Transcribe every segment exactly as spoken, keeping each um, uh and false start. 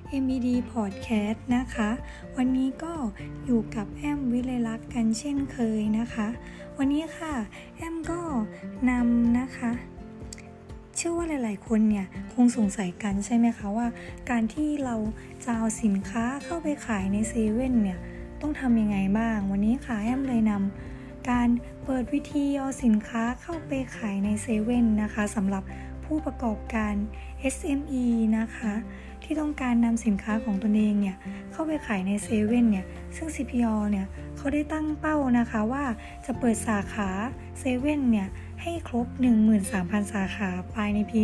เอ็ม บี ดี Podcast นะคะวันนี้ก็อยู่กับแอมวิไลลักษณ์กันเช่นเคยนะคะวันนี้ค่ะแอมก็นำนะคะเชื่อว่าหลายๆคนเนี่ยคงสงสัยกันใช่ไหมคะว่าการที่เราจะเอาสินค้าเข้าไปขายในเซเว่นเนี่ยต้องทำยังไงบ้างวันนี้ค่ะแอมเลยนำการเปิดวิธีเอาสินค้าเข้าไปขายในเซเว่นนะคะสำหรับผู้ประกอบการ เอส เอ็ม อี นะคะที่ต้องการนำสินค้าของตนเองเนี่ยเข้าไปขายในเซเว่นเนี่ยซึ่ง ซี พี โอ เนี่ยเขาได้ตั้งเป้านะคะว่าจะเปิดสาขาเซเว่นเนี่ยให้ครบ หนึ่งหมื่นสามพัน สาขาภายในปี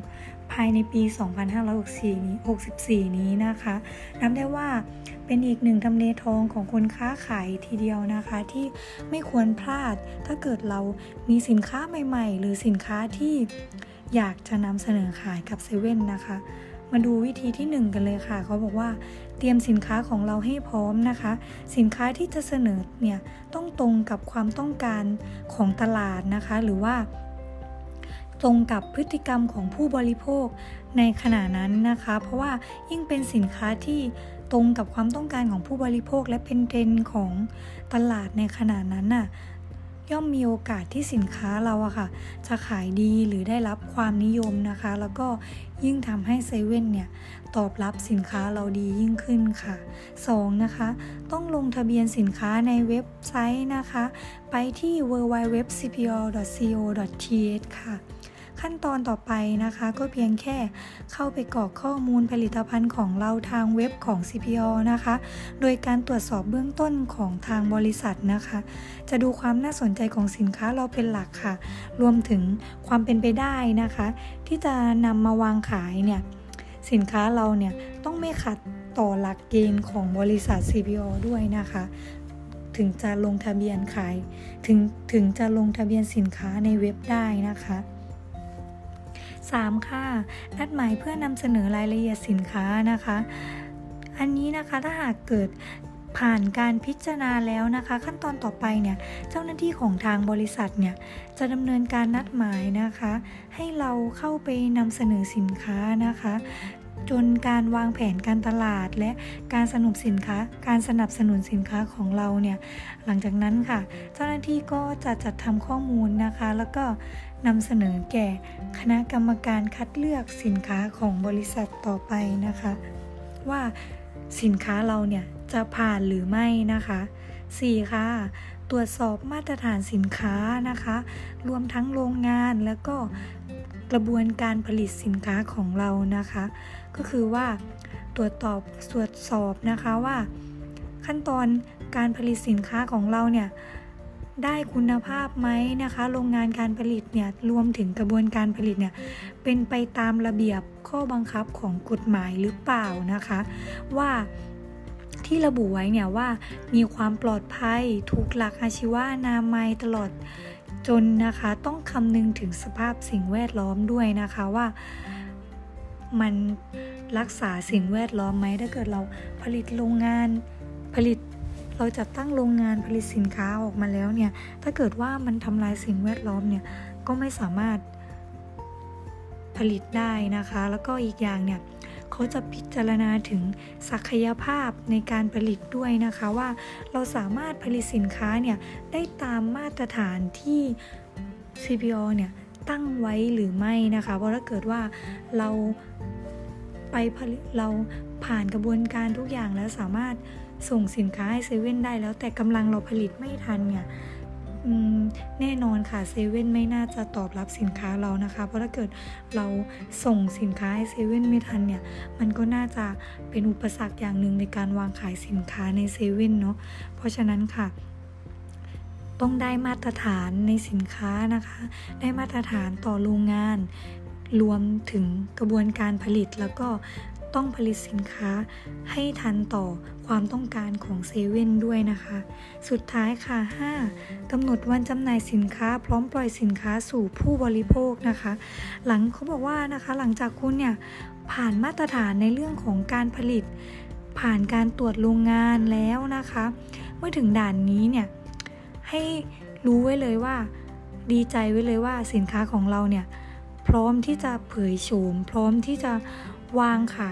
2ภายในปีสองพันห้าร้อยหกสิบสี่นี้หกสิบสี่นี้นะคะนับได้ว่าเป็นอีกหนึ่งทำเลทองของคนค้าขายทีเดียวนะคะที่ไม่ควรพลาดถ้าเกิดเรามีสินค้าใหม่ๆหรือสินค้าที่อยากจะนำเสนอขายกับเซเว่นนะคะมาดูวิธีที่หนึ่งกันเลยค่ะเขาบอกว่าเตรียมสินค้าของเราให้พร้อมนะคะสินค้าที่จะเสนอเนี่ยต้องตรงกับความต้องการของตลาดนะคะหรือว่าตรงกับพฤติกรรมของผู้บริโภคในขณะนั้นนะคะเพราะว่ายิ่งเป็นสินค้าที่ตรงกับความต้องการของผู้บริโภคและเป็นเทรนด์ของตลาดในขณะนั้นน่ะย่อมมีโอกาสที่สินค้าเราอะค่ะจะขายดีหรือได้รับความนิยมนะคะแล้วก็ยิ่งทำให้เซเว่นเนี่ยตอบรับสินค้าเราดียิ่งขึ้นค่ะสองนะคะต้องลงทะเบียนสินค้าในเว็บไซต์นะคะไปที่ ดับเบิลยู ดับเบิลยู ดับเบิลยู ดอท ซี พี โอ ดอท ซี โอ ดอท ที เอช ค่ะขั้นตอนต่อไปนะคะก็เพียงแค่เข้าไปกรอกข้อมูลผลิตภัณฑ์ของเราทางเว็บของ ซี พี โอ นะคะโดยการตรวจสอบเบื้องต้นของทางบริษัทนะคะจะดูความน่าสนใจของสินค้าเราเป็นหลักค่ะรวมถึงความเป็นไปได้นะคะที่จะนำมาวางขายเนี่ยสินค้าเราเนี่ยต้องไม่ขัดต่อหลักเกณฑ์ของบริษัท ซี พี โอ ด้วยนะคะถึงจะลงทะเบียนขายถึงถึงจะลงทะเบียนสินค้าในเว็บได้นะคะสามค่ะนัดหมายเพื่อนำเสนอรายละเอียดสินค้านะคะอันนี้นะคะถ้าหากเกิดผ่านการพิจารณาแล้วนะคะขั้นตอนต่อไปเนี่ยเจ้าหน้าที่ของทางบริษัทเนี่ยจะดำเนินการนัดหมายนะคะให้เราเข้าไปนำเสนอสินค้านะคะจนการวางแผนการตลาดและการสนับสนุนสินค้าการสนับสนุนสินค้าของเราเนี่ยหลังจากนั้นค่ะเจ้าหน้าที่ก็จะจัดทำข้อมูลนะคะแล้วก็นำเสนอแก่คณะกรรมการคัดเลือกสินค้าของบริษัทต่อไปนะคะว่าสินค้าเราเนี่ยจะผ่านหรือไม่นะคะสี่ค่ะตรวจสอบมาตรฐานสินค้านะคะรวมทั้งโรงงานแล้วก็กระบวนการผลิตสินค้าของเรานะคะก็คือว่าตรวจสอบตรวจสอบนะคะว่าขั้นตอนการผลิตสินค้าของเราเนี่ยได้คุณภาพไหมนะคะโรงงานการผลิตเนี่ยรวมถึงกระบวนการผลิตเนี่ยเป็นไปตามระเบียบข้อบังคับของกฎหมายหรือเปล่านะคะว่าที่ระบุไว้เนี่ยว่ามีความปลอดภัยถูกหลักอาชีวะอนามัยตลอดจนนะคะต้องคำนึงถึงสภาพสิ่งแวดล้อมด้วยนะคะว่ามันรักษาสิ่งแวดล้อมไหมถ้าเกิดเราผลิตโรงงานผลิตเราจัดตั้งโรงงานผลิตสินค้าออกมาแล้วเนี่ยถ้าเกิดว่ามันทำลายสิ่งแวดล้อมเนี่ยก็ไม่สามารถผลิตได้นะคะแล้วก็อีกอย่างเนี่ยเขาจะพิจารณาถึงศักยภาพในการผลิตด้วยนะคะว่าเราสามารถผลิตสินค้าเนี่ยได้ตามมาตรฐานที่ ซี พี โอ เนี่ยตั้งไว้หรือไม่นะคะเพราะถ้าเกิดว่าเราไปผลิตเราผ่านกระบวนการทุกอย่างแล้วสามารถส่งสินค้าให้เซเว่นได้แล้วแต่กำลังเราผลิตไม่ทันเนี่ยแน่นอนค่ะเซเว่นไม่น่าจะตอบรับสินค้าเรานะคะเพราะถ้าเกิดเราส่งสินค้าให้เซเว่นไม่ทันเนี่ยมันก็น่าจะเป็นอุปสรรคอย่างหนึ่งในการวางขายสินค้าในเซเว่นเนาะเพราะฉะนั้นค่ะต้องได้มาตรฐานในสินค้านะคะได้มาตรฐานต่อโรงงานรวมถึงกระบวนการผลิตแล้วก็ต้องผลิตสินค้าให้ทันต่อความต้องการของเซเว่นด้วยนะคะสุดท้ายค่ะห้ากำหนดวันจำหน่ายสินค้าพร้อมปล่อยสินค้าสู่ผู้บริโภคนะคะหลังเขาบอกว่านะคะหลังจากคุณเนี่ยผ่านมาตรฐานในเรื่องของการผลิตผ่านการตรวจโรงงานแล้วนะคะเมื่อถึงด่านนี้เนี่ยให้รู้ไว้เลยว่าดีใจไว้เลยว่าสินค้าของเราเนี่ยพร้อมที่จะเผยโฉมพร้อมที่จะวางขาย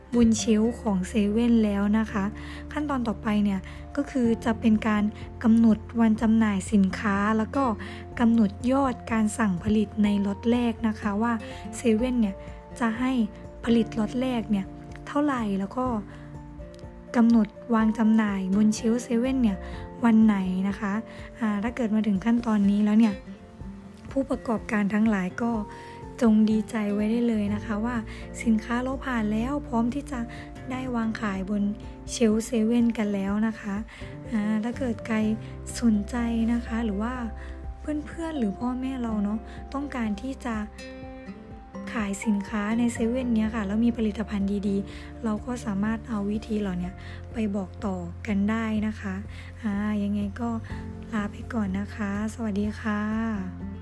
บนเชลฟ์ของเซเว่นแล้วนะคะขั้นตอนต่อไปเนี่ยก็คือจะเป็นการกำหนดวันจำหน่ายสินค้าแล้วก็กำหนดยอดการสั่งผลิตในล็อตแรกนะคะว่าเซเว่นเนี่ยจะให้ผลิตล็อตแรกเนี่ยเท่าไหร่แล้วก็กำหนดวางจำหน่ายบนเชลฟ์เซเว่นเนี่ยวันไหนนะคะอ่าถ้าเกิดมาถึงขั้นตอนนี้แล้วเนี่ยผู้ประกอบการทั้งหลายก็จงดีใจไว้ได้เลยนะคะว่าสินค้าเราผ่านแล้วพร้อมที่จะได้วางขายบนเชลฟ์เซเว่นกันแล้วนะคะอ่าถ้าเกิดใครสนใจนะคะหรือว่าเพื่อนๆหรือพ่อแม่เราเนาะต้องการที่จะขายสินค้าในเซเว่นเนี้ยค่ะแล้วมีผลิตภัณฑ์ดีๆเราก็สามารถเอาวิธีเหล่านี้ไปบอกต่อกันได้นะคะอ่ายังไงก็ลาไปก่อนนะคะสวัสดีค่ะ